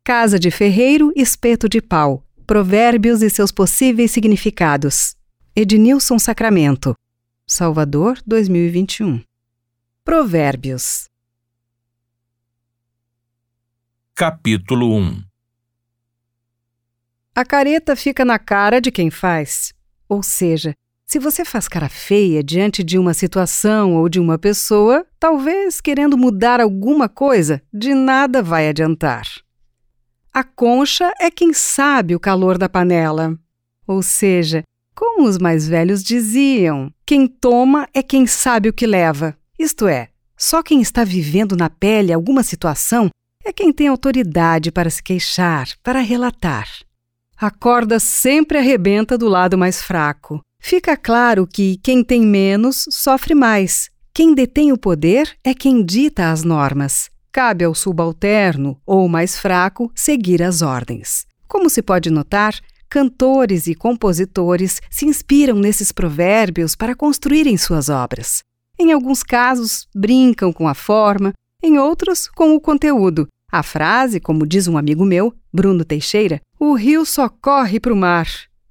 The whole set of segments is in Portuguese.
Casa de ferreiro, espeto de pau. Provérbios e seus possíveis significados. Ednilson Sacramento. Salvador, 2021. Provérbios. Capítulo 1. A careta fica na cara de quem faz. Ou seja, se você faz cara feia diante de uma situação ou de uma pessoa, talvez querendo mudar alguma coisa, de nada vai adiantar. A concha é quem sabe o calor da panela. Ou seja, como os mais velhos diziam, quem toma é quem sabe o que leva. Isto é, só quem está vivendo na pele alguma situação é quem tem autoridade para se queixar, para relatar. A corda sempre arrebenta do lado mais fraco. Fica claro que quem tem menos sofre mais. Quem detém o poder é quem dita as normas. Cabe ao subalterno, ou mais fraco, seguir as ordens. Como se pode notar, cantores e compositores se inspiram nesses provérbios para construírem suas obras. Em alguns casos, brincam com a forma, em outros, com o conteúdo. A frase, como diz um amigo meu, Bruno Teixeira, o rio só corre para o mar.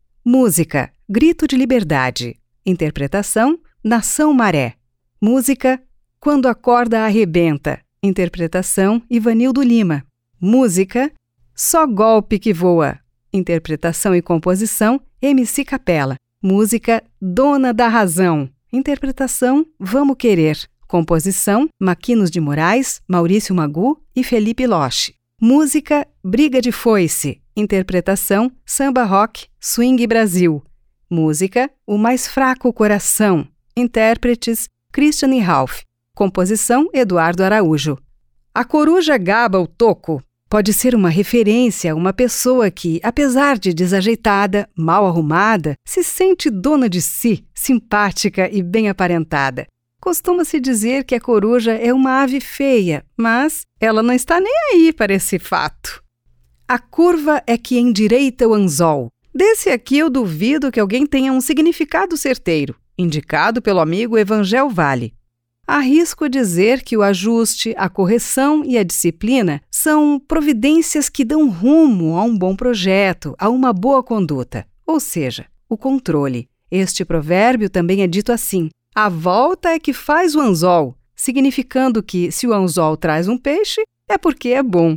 Música, grito de liberdade. Interpretação, Nação Maré. Música, quando a corda arrebenta. Interpretação, Ivanildo Lima. Música, Só Golpe que Voa. Interpretação e composição, MC Capela. Música, Dona da Razão. Interpretação, Vamos Querer. Composição, Maquinos de Moraes, Maurício Magu e Felipe Loche. Música, Briga de Foice. Interpretação, Samba Rock, Swing Brasil. Música, O Mais Fraco Coração. Intérpretes, Christian e Ralph. Composição, Eduardo Araújo. A coruja gaba o toco pode ser uma referência a uma pessoa que, apesar de desajeitada, mal arrumada, se sente dona de si, simpática e bem aparentada. Costuma-se dizer que a coruja é uma ave feia, mas ela não está nem aí para esse fato. A curva é que endireita o anzol. Desse aqui eu duvido que alguém tenha um significado certeiro, indicado pelo amigo Evangel Vale. Arrisco dizer que o ajuste, a correção e a disciplina são providências que dão rumo a um bom projeto, a uma boa conduta, ou seja, o controle. Este provérbio também é dito assim: a volta é que faz o anzol, significando que se o anzol traz um peixe, é porque é bom.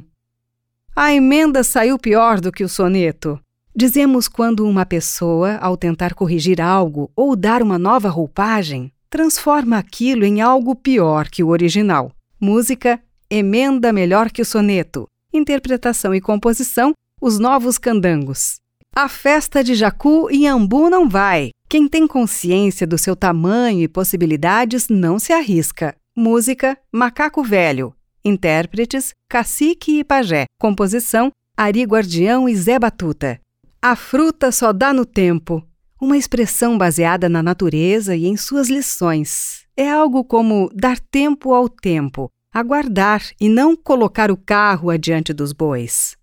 A emenda saiu pior do que o soneto. Dizemos quando uma pessoa, ao tentar corrigir algo ou dar uma nova roupagem, transforma aquilo em algo pior que o original. Música, Emenda melhor que o soneto. Interpretação e composição, Os Novos Candangos. A festa de Jacu em Ambu não vai. Quem tem consciência do seu tamanho e possibilidades não se arrisca. Música, Macaco Velho. Intérpretes, Cacique e Pajé. Composição, Ari Guardião e Zé Batuta. A fruta só dá no tempo. Uma expressão baseada na natureza e em suas lições. É algo como dar tempo ao tempo, aguardar e não colocar o carro adiante dos bois.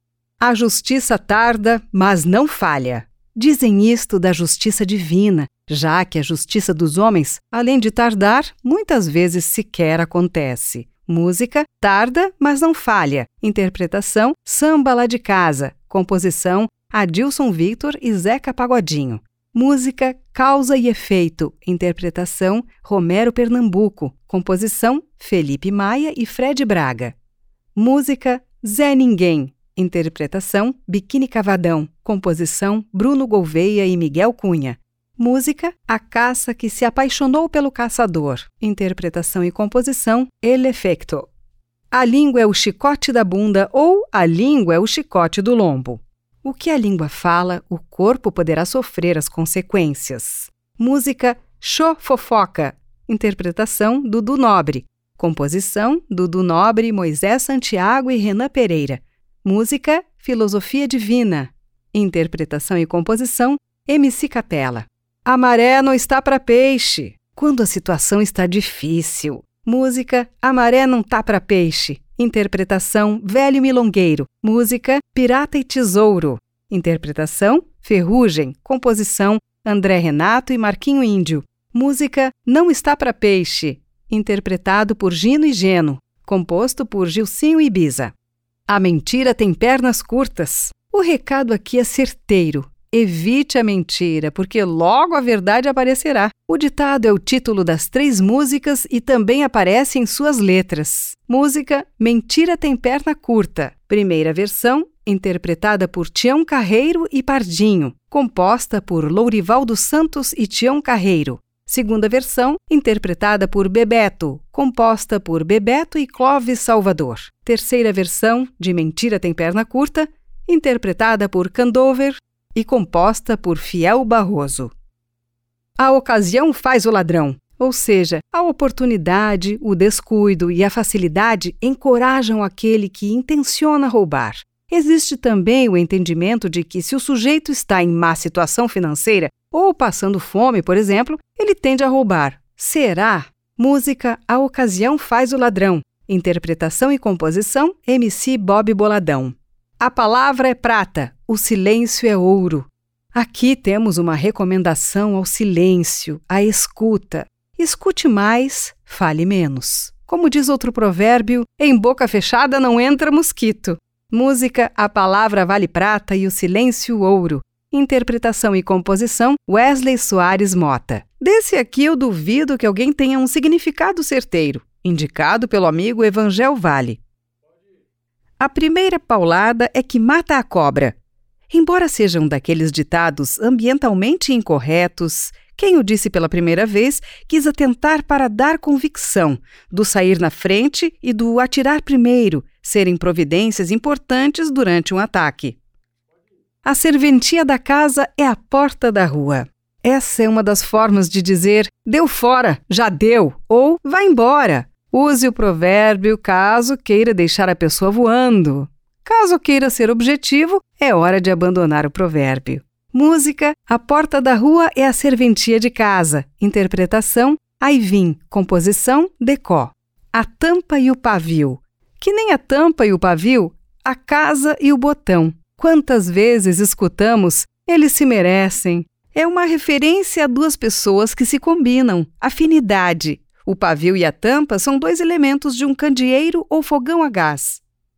A justiça tarda, mas não falha. Dizem isto da justiça divina, já que a justiça dos homens, além de tardar, muitas vezes sequer acontece. Música, Tarda, mas não falha. Interpretação, Samba lá de casa. Composição, Adilson Victor e Zeca Pagodinho. Música, Causa e Efeito. Interpretação, Romero Pernambuco. Composição, Felipe Maia e Fred Braga. Música, Zé Ninguém. Interpretação, Biquíni Cavadão. Composição, Bruno Gouveia e Miguel Cunha. Música, A Caça que se apaixonou pelo caçador. Interpretação e composição, El Efecto. A língua é o chicote da bunda ou a língua é o chicote do lombo. O que a língua fala, o corpo poderá sofrer as consequências. Música, Xô Fofoca. Interpretação, Dudu Nobre. Composição, Dudu Nobre, Moisés Santiago e Renan Pereira. Música, Filosofia Divina. Interpretação e composição, MC Capela. A maré não está para peixe. Quando a situação está difícil. Música, A maré não tá para peixe. Interpretação, Velho Milongueiro. Música, Pirata e Tesouro. Interpretação, Ferrugem. Composição, André Renato e Marquinho Índio. Música, Não está para peixe. Interpretado por Gino e Geno. Composto por Gilcinho Ibiza. A mentira tem pernas curtas. O recado aqui é certeiro. Evite a mentira, porque logo a verdade aparecerá. O ditado é o título das 3 músicas e também aparece em suas letras. Música Mentira Tem Perna Curta. Primeira versão, interpretada por Tião Carreiro e Pardinho, composta por Lourival dos Santos e Tião Carreiro. Segunda versão, interpretada por Bebeto, composta por Bebeto e Clóvis Salvador. Terceira versão, de Mentira Tem Perna Curta, interpretada por Candover e composta por Fiel Barroso. A ocasião faz o ladrão, ou seja, a oportunidade, o descuido e a facilidade encorajam aquele que intenciona roubar. Existe também o entendimento de que se o sujeito está em má situação financeira ou passando fome, por exemplo, ele tende a roubar. Será? Música A Ocasião Faz o Ladrão. Interpretação e composição MC Bob Boladão. A palavra é prata, o silêncio é ouro. Aqui temos uma recomendação ao silêncio, à escuta. Escute mais, fale menos. Como diz outro provérbio, em boca fechada não entra mosquito. Música A Palavra Vale Prata e o Silêncio Ouro. Interpretação e composição Wesley Soares Mota. Desse aqui eu duvido que alguém tenha um significado certeiro, indicado pelo amigo Evangel Vale. A primeira paulada é que mata a cobra. Embora sejam daqueles ditados ambientalmente incorretos, quem o disse pela primeira vez quis atentar para dar convicção do sair na frente e do atirar primeiro serem providências importantes durante um ataque. A serventia da casa é a porta da rua. Essa é uma das formas de dizer deu fora, já deu, ou vai embora. Use o provérbio caso queira deixar a pessoa voando. Caso queira ser objetivo, é hora de abandonar o provérbio. Música A Porta da Rua é a serventia de casa. Interpretação Aivim. Composição Decó. A tampa e o pavio. Que nem a tampa e o pavio, a casa e o botão. Quantas vezes escutamos eles se merecem? É uma referência a 2 pessoas que se combinam. Afinidade. O pavio e a tampa são 2 elementos de um candeeiro ou fogão a gás.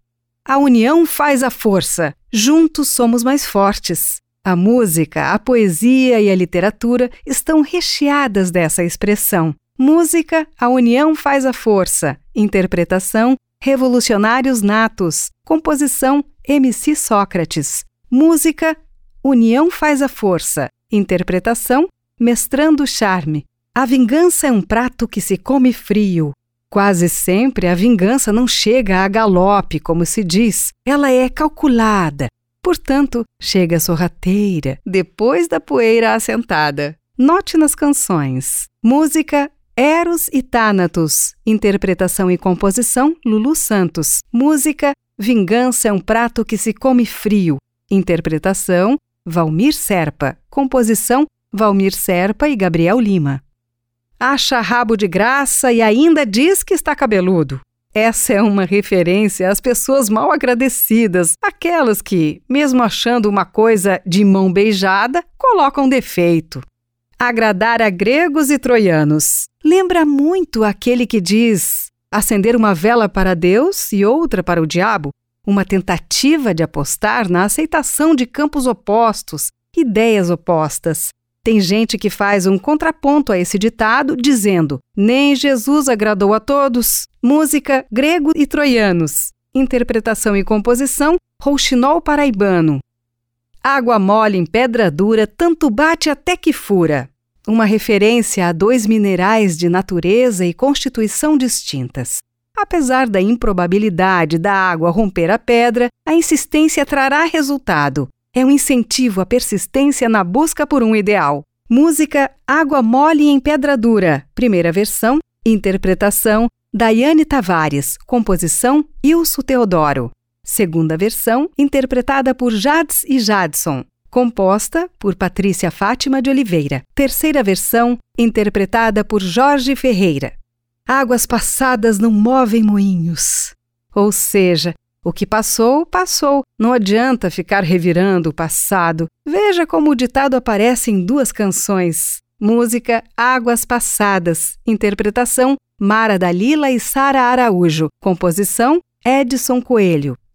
A união faz a força. Juntos somos mais fortes. A música, a poesia e a literatura estão recheadas dessa expressão. Música, a união faz a força. Interpretação, Revolucionários Natos. Composição, MC Sócrates. Música, união faz a força. Interpretação, Mestrando Charme. A vingança é um prato que se come frio. Quase sempre a vingança não chega a galope, como se diz. Ela é calculada. Portanto, chega sorrateira, depois da poeira assentada. Note nas canções. Música Eros e Thanatos. Interpretação e composição Lulu Santos. Música Vingança é um prato que se come frio. Interpretação Valmir Serpa. Composição Valmir Serpa e Gabriel Lima. Acha rabo de graça e ainda diz que está cabeludo. Essa é uma referência às pessoas mal agradecidas, aquelas que, mesmo achando uma coisa de mão beijada, colocam defeito. Agradar a gregos e troianos. Lembra muito aquele que diz acender uma vela para Deus e outra para o diabo, uma tentativa de apostar na aceitação de campos opostos, ideias opostas. Tem gente que faz um contraponto a esse ditado, dizendo nem Jesus agradou a todos. Música Grego e Troianos. Interpretação e composição Rouxinol Paraibano. Água mole em pedra dura, tanto bate até que fura. Uma referência a 2 minerais de natureza e constituição distintas. Apesar da improbabilidade da água romper a pedra, a insistência trará resultado. É um incentivo à persistência na busca por um ideal. Música Água Mole em Pedra Dura. Primeira versão. Interpretação Daiane Tavares. Composição Ilso Teodoro. Segunda versão. Interpretada por Jades e Jadson. Composta por Patrícia Fátima de Oliveira. Terceira versão. Interpretada por Jorge Ferreira. Águas passadas não movem moinhos. Ou seja, o que passou, passou. Não adianta ficar revirando o passado. Veja como o ditado aparece em 2 canções. Música Águas Passadas. Interpretação Mara Dalila e Sara Araújo. Composição Edson Coelho.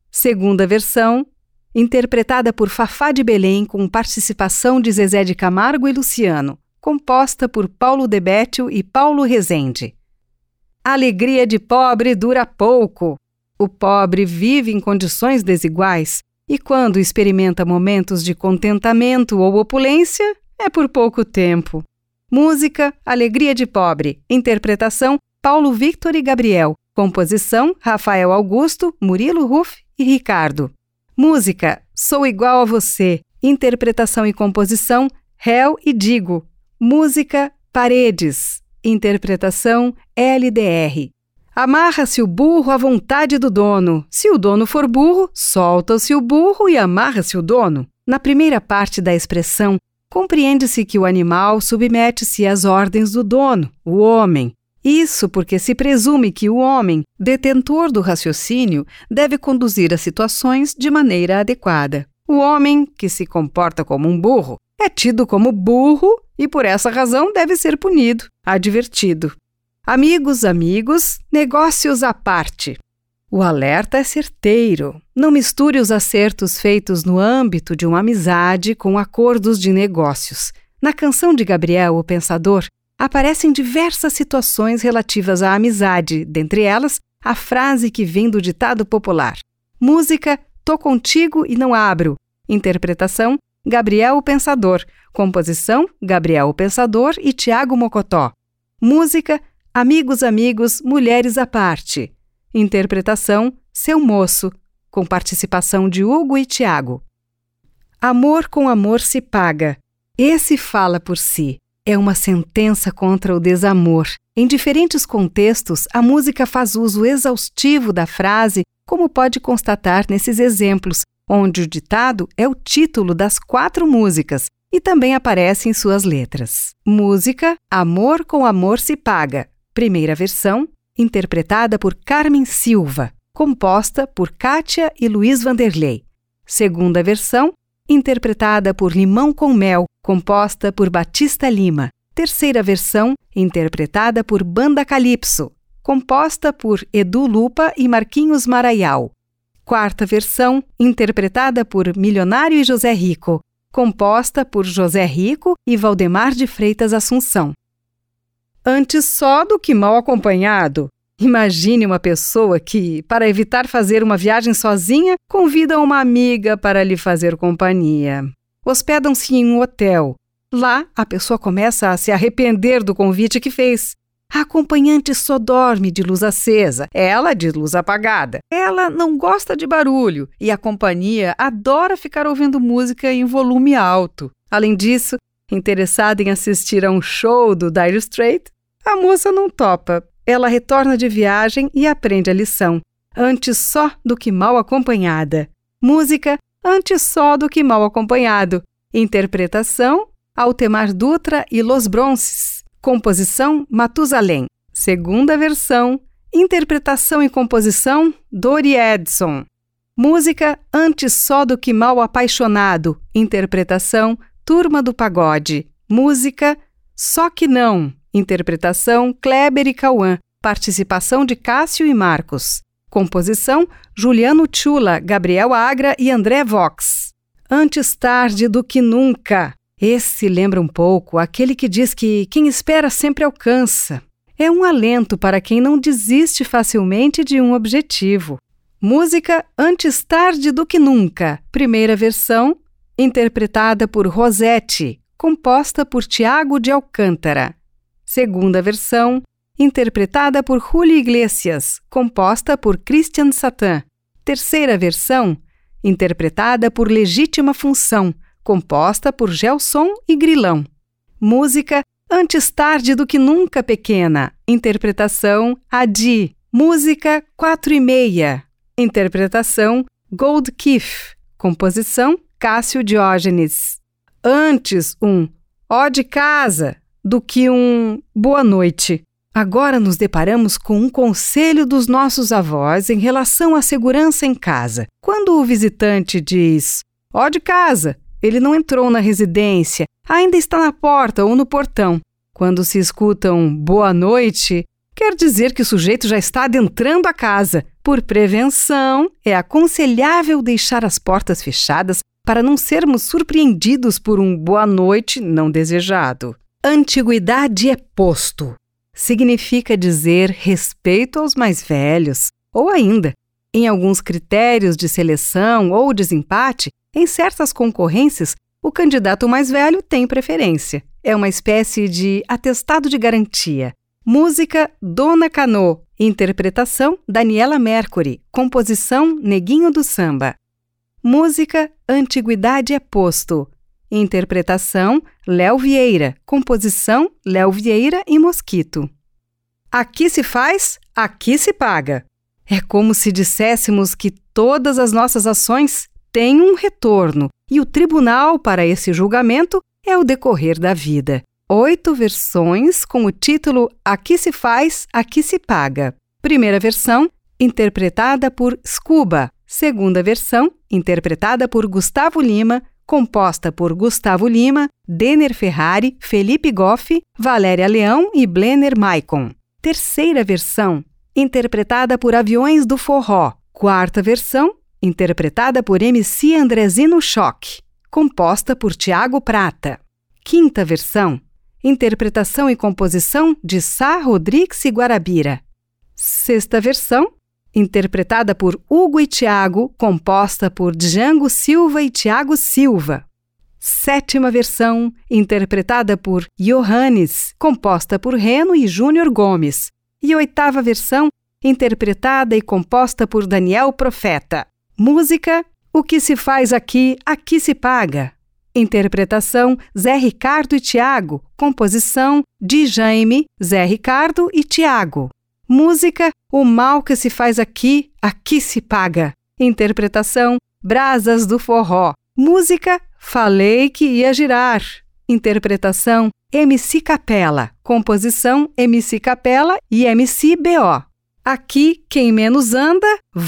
Segunda versão, interpretada por Fafá de Belém com participação de Zezé de Camargo e Luciano, composta por Paulo de Bétio e Paulo Rezende. A alegria de pobre dura pouco. O pobre vive em condições desiguais e, quando experimenta momentos de contentamento ou opulência, é por pouco tempo. Música, Alegria de Pobre. Interpretação, Paulo Victor e Gabriel. Composição, Rafael Augusto, Murilo Ruff e Ricardo. Música, Sou Igual a Você. Interpretação e composição, Réu e Digo. Música, Paredes. Interpretação, LDR. Amarra-se o burro à vontade do dono. Se o dono for burro, solta-se o burro e amarra-se o dono. Na primeira parte da expressão, compreende-se que o animal submete-se às ordens do dono, o homem. Isso porque se presume que o homem, detentor do raciocínio, deve conduzir as situações de maneira adequada. O homem, que se comporta como um burro, é tido como burro e por essa razão deve ser punido, advertido. Amigos, negócios à parte. O alerta é certeiro. Não misture os acertos feitos no âmbito de uma amizade com acordos de negócios. Na canção de Gabriel, o Pensador, aparecem diversas situações relativas à amizade, dentre elas, a frase que vem do ditado popular. Música, Tô contigo e não abro. Interpretação, Gabriel o Pensador. Composição, Gabriel o Pensador e Tiago Mocotó. Música, Amigos, mulheres à parte. Interpretação, Seu Moço, com participação de Hugo e Tiago. Amor com amor se paga. Esse fala por si. É uma sentença contra o desamor. Em diferentes contextos, a música faz uso exaustivo da frase, como pode constatar nesses exemplos, onde o ditado é o título das 4 músicas e também aparece em suas letras. Música, Amor com amor se paga. Primeira versão, interpretada por Carmen Silva, composta por Kátia e Luiz Vanderlei. Segunda versão, interpretada por Limão com Mel, composta por Batista Lima. Terceira versão, interpretada por Banda Calypso, composta por Edu Lupa e Marquinhos Maraial. Quarta versão, interpretada por Milionário e José Rico, composta por José Rico e Valdemar de Freitas Assunção. Antes só do que mal acompanhado. Imagine uma pessoa que, para evitar fazer uma viagem sozinha, convida uma amiga para lhe fazer companhia. Hospedam-se em um hotel. Lá, a pessoa começa a se arrepender do convite que fez. A acompanhante só dorme de luz acesa, ela de luz apagada. Ela não gosta de barulho e a companhia adora ficar ouvindo música em volume alto. Além disso, interessada em assistir a um show do Dire Straits, a moça não topa. Ela retorna de viagem e aprende a lição. Antes só do que mal acompanhada. Música, Antes só do que mal acompanhado. Interpretação, Altemar Dutra e Los Bronces. Composição, Matusalém. Segunda versão, interpretação e composição, Dori Edson. Música, Antes só do que mal apaixonado. Interpretação, Turma do Pagode. Música, Só que não. Interpretação, Kleber e Cauã. Participação de Cássio e Marcos. Composição, Juliano Tchula, Gabriel Agra e André Vox. Antes tarde do que nunca. Esse lembra um pouco aquele que diz que quem espera sempre alcança. É um alento para quem não desiste facilmente de um objetivo. Música, Antes tarde do que nunca. Primeira versão, interpretada por Rosete, composta por Tiago de Alcântara. Segunda versão, interpretada por Julio Iglesias, composta por Christian Satan. Terceira versão, interpretada por Legítima Função, composta por Gelson e Grilão. Música, Antes tarde do que nunca pequena. Interpretação, Adi. Música, 4:30. Interpretação, Gold Keith. Composição, Cássio Diógenes. Antes ó de casa do que boa noite. Agora nos deparamos com um conselho dos nossos avós em relação à segurança em casa. Quando o visitante diz ó de casa, ele não entrou na residência, ainda está na porta ou no portão. Quando se escuta boa noite, quer dizer que o sujeito já está adentrando a casa. Por prevenção, é aconselhável deixar as portas fechadas para não sermos surpreendidos por um boa noite não desejado. Antiguidade é posto. Significa dizer respeito aos mais velhos, ou ainda, em alguns critérios de seleção ou desempate, em certas concorrências, o candidato mais velho tem preferência. É uma espécie de atestado de garantia. Música Dona Canô. Interpretação Daniela Mercury. Composição Neguinho do Samba. Música Antiguidade é posto. Interpretação Léo Vieira. Composição Léo Vieira e Mosquito. Aqui se faz, aqui se paga. É como se disséssemos que todas as nossas ações têm um retorno e o tribunal para esse julgamento é o decorrer da vida. 8 versões com o título Aqui se faz, aqui se paga. Primeira versão, interpretada por Scuba. Segunda versão, interpretada por Gustavo Lima, composta por Gustavo Lima, Denner Ferrari, Felipe Goff, Valéria Leão e Blenner Maicon. Terceira versão, interpretada por Aviões do Forró. Quarta versão, interpretada por MC Andrezino Choque, composta por Tiago Prata. Quinta versão, interpretação e composição de Sá Rodrigues e Guarabira. Sexta versão, interpretada por Hugo e Tiago, composta por Django Silva e Tiago Silva. Sétima versão, interpretada por Johannes, composta por Reno e Júnior Gomes. E oitava versão, interpretada e composta por Daniel Profeta. Música O que se faz aqui, aqui se paga. Interpretação Zé Ricardo e Tiago. Composição de Jaime, Zé Ricardo e Tiago. Música O mal que se faz aqui, aqui se paga. Interpretação Brasas do Forró. Música Falei que ia girar. Interpretação MC Capela. Composição MC Capela e MC BO. Aqui quem menos anda,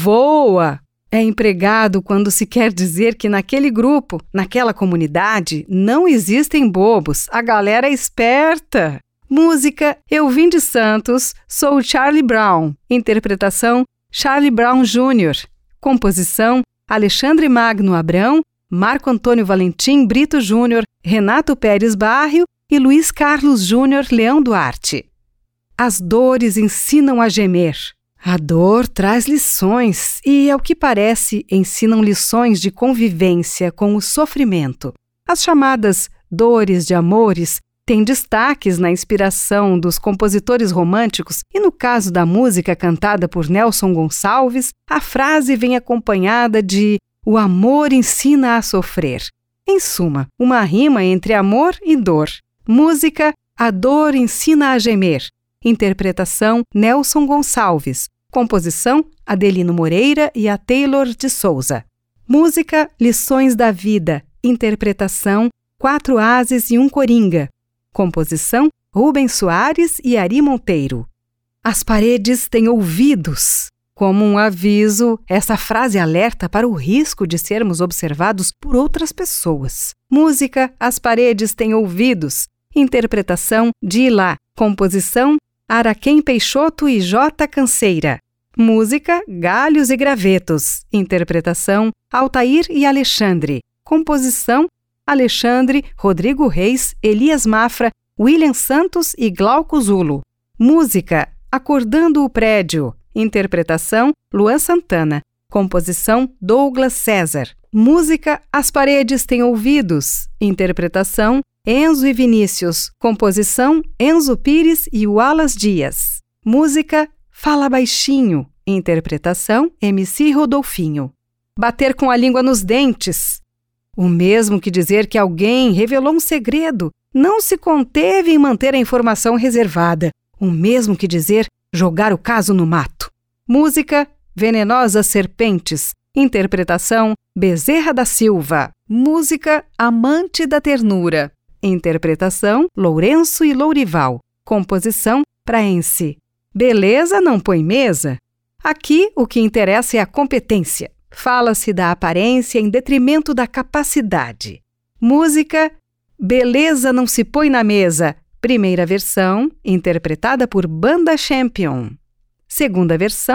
voa. É empregado quando se quer dizer que naquele grupo, naquela comunidade, não existem bobos, a galera é esperta. Música Eu Vim de Santos, Sou Charlie Brown. Interpretação Charlie Brown Jr. Composição Alexandre Magno Abrão, Marco Antônio Valentim Brito Júnior, Renato Pérez Barrio e Luiz Carlos Júnior Leão Duarte. As dores ensinam a gemer. A dor traz lições e, ao que parece, ensinam lições de convivência com o sofrimento. As chamadas dores de amores têm destaques na inspiração dos compositores românticos e, no caso da música cantada por Nelson Gonçalves, a frase vem acompanhada de "O amor ensina a sofrer". Em suma, uma rima entre amor e dor. Música A dor ensina a gemer. Interpretação Nelson Gonçalves. Composição Adelino Moreira e a Taylor de Souza. Música Lições da Vida. Interpretação 4 Ases e um Coringa. Composição Rubens Soares e Ari Monteiro. As paredes têm ouvidos. Como um aviso, essa frase alerta para o risco de sermos observados por outras pessoas. Música As paredes têm ouvidos. Interpretação de Ilá. Composição Araquém Peixoto e J. Canseira. Música Galhos e Gravetos. Interpretação Altair e Alexandre. Composição Alexandre, Rodrigo Reis, Elias Mafra, William Santos e Glauco Zulo. Música Acordando o Prédio. Interpretação Luan Santana. Composição Douglas César. Música As Paredes Têm Ouvidos. Interpretação Enzo e Vinícius. Composição Enzo Pires e Wallace Dias. Música Fala Baixinho. Interpretação MC Rodolfinho. Bater com a língua nos dentes. O mesmo que dizer que alguém revelou um segredo, não se conteve em manter a informação reservada. O mesmo que dizer jogar o caso no mato. Música Venenosas Serpentes. Interpretação Bezerra da Silva. Música Amante da Ternura. Interpretação Lourenço e Lourival. Composição Praense. Beleza não põe mesa? Aqui o que interessa é a competência. Fala-se da aparência em detrimento da capacidade. Música Beleza não se põe na mesa. Primeira versão, interpretada por Banda Champion. Segunda versão,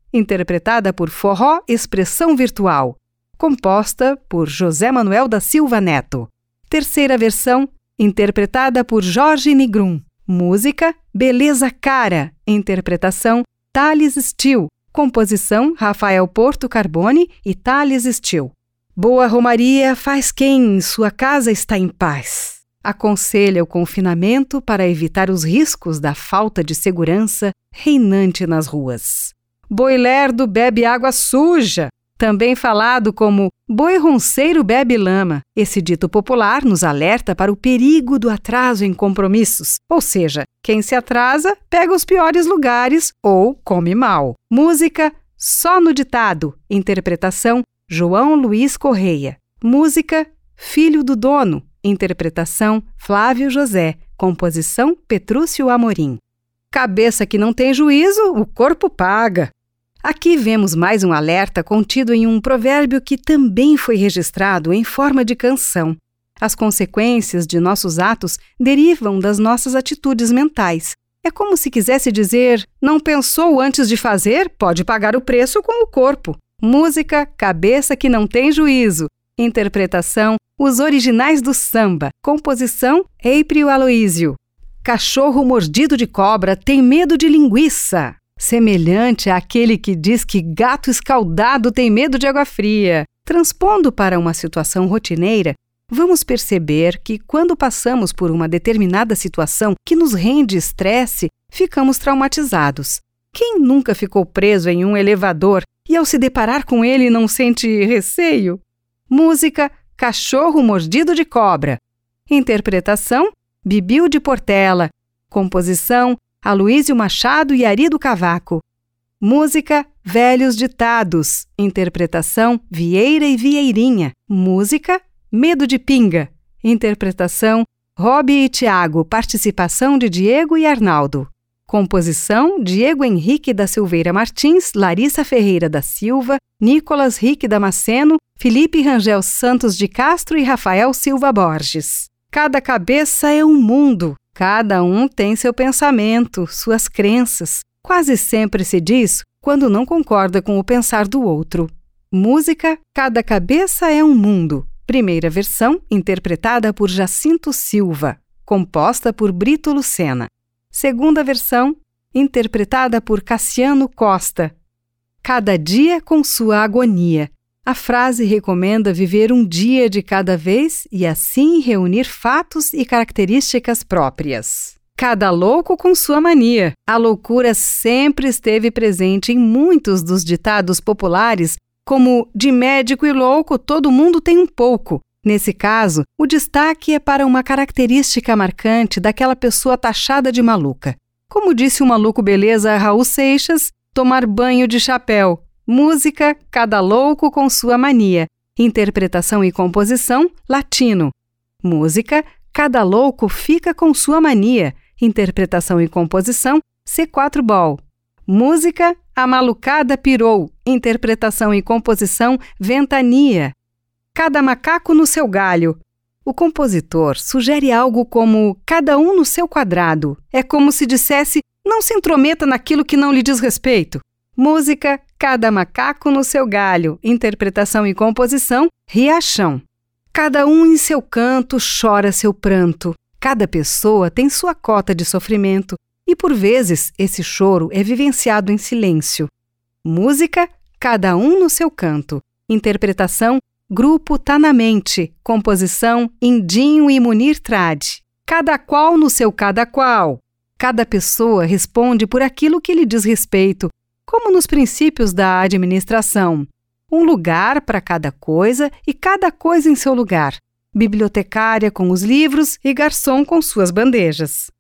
interpretada por Forró Expressão Virtual, composta por José Manuel da Silva Neto. Terceira versão, interpretada por Jorge Nigrum. Música Beleza Cara, interpretação Thales Steele, composição Rafael Porto Carbone e Thales Steele. Boa romaria faz quem em sua casa está em paz. Aconselha o confinamento para evitar os riscos da falta de segurança reinante nas ruas. Boi lerdo bebe água suja, também falado como boi ronceiro bebe lama. Esse dito popular nos alerta para o perigo do atraso em compromissos, ou seja, quem se atrasa pega os piores lugares ou come mal. Música Só no Ditado, interpretação João Luiz Correia. Música Filho do Dono, interpretação Flávio José, composição Petrúcio Amorim. Cabeça que não tem juízo, o corpo paga. Aqui vemos mais um alerta contido em um provérbio que também foi registrado em forma de canção. As consequências de nossos atos derivam das nossas atitudes mentais. É como se quisesse dizer, não pensou antes de fazer, pode pagar o preço com o corpo. Música Cabeça que não tem juízo, interpretação Os Originais do Samba, composição Eiprio Aloísio. Cachorro mordido de cobra tem medo de linguiça, semelhante àquele que diz que gato escaldado tem medo de água fria. Transpondo para uma situação rotineira, vamos perceber que quando passamos por uma determinada situação que nos rende estresse, ficamos traumatizados. Quem nunca ficou preso em um elevador e ao se deparar com ele não sente receio? Música Cachorro Mordido de Cobra, interpretação Bibil de Portela, composição Aloísio Machado e Ari do Cavaco. Música Velhos Ditados, interpretação Vieira e Vieirinha. Música Medo de Pinga, interpretação Robi e Tiago, participação de Diego e Arnaldo. Composição Diego Henrique da Silveira Martins, Larissa Ferreira da Silva, Nicolas Rique Damasceno, Felipe Rangel Santos de Castro e Rafael Silva Borges. Cada cabeça é um mundo. Cada um tem seu pensamento, suas crenças. Quase sempre se diz quando não concorda com o pensar do outro. Música Cada Cabeça é um Mundo. Primeira versão, interpretada por Jacinto Silva, composta por Brito Lucena. Segunda versão, interpretada por Cassiano Costa. Cada dia com sua agonia. A frase recomenda viver um dia de cada vez e assim reunir fatos e características próprias. Cada louco com sua mania. A loucura sempre esteve presente em muitos dos ditados populares, como de médico e louco todo mundo tem um pouco. Nesse caso, o destaque é para uma característica marcante daquela pessoa taxada de maluca. Como disse o maluco beleza Raul Seixas, tomar banho de chapéu. Música Cada Louco com Sua Mania, interpretação e composição Latino. Música Cada Louco Fica com Sua Mania, interpretação e composição C4 Ball. Música A Malucada Pirou, interpretação e composição Ventania. Cada macaco no seu galho. O compositor sugere algo como cada um no seu quadrado. É como se dissesse, não se intrometa naquilo que não lhe diz respeito. Música Cada Macaco no Seu Galho, interpretação e composição Riachão. Cada um em seu canto chora seu pranto. Cada pessoa tem sua cota de sofrimento e, por vezes, esse choro é vivenciado em silêncio. Música Cada um no seu canto, interpretação Grupo Tá na Mente, composição Indinho e Munir Trade. Cada qual no seu cada qual. Cada pessoa responde por aquilo que lhe diz respeito, como nos princípios da administração. Um lugar para cada coisa e cada coisa em seu lugar. Bibliotecária com os livros e garçom com suas bandejas.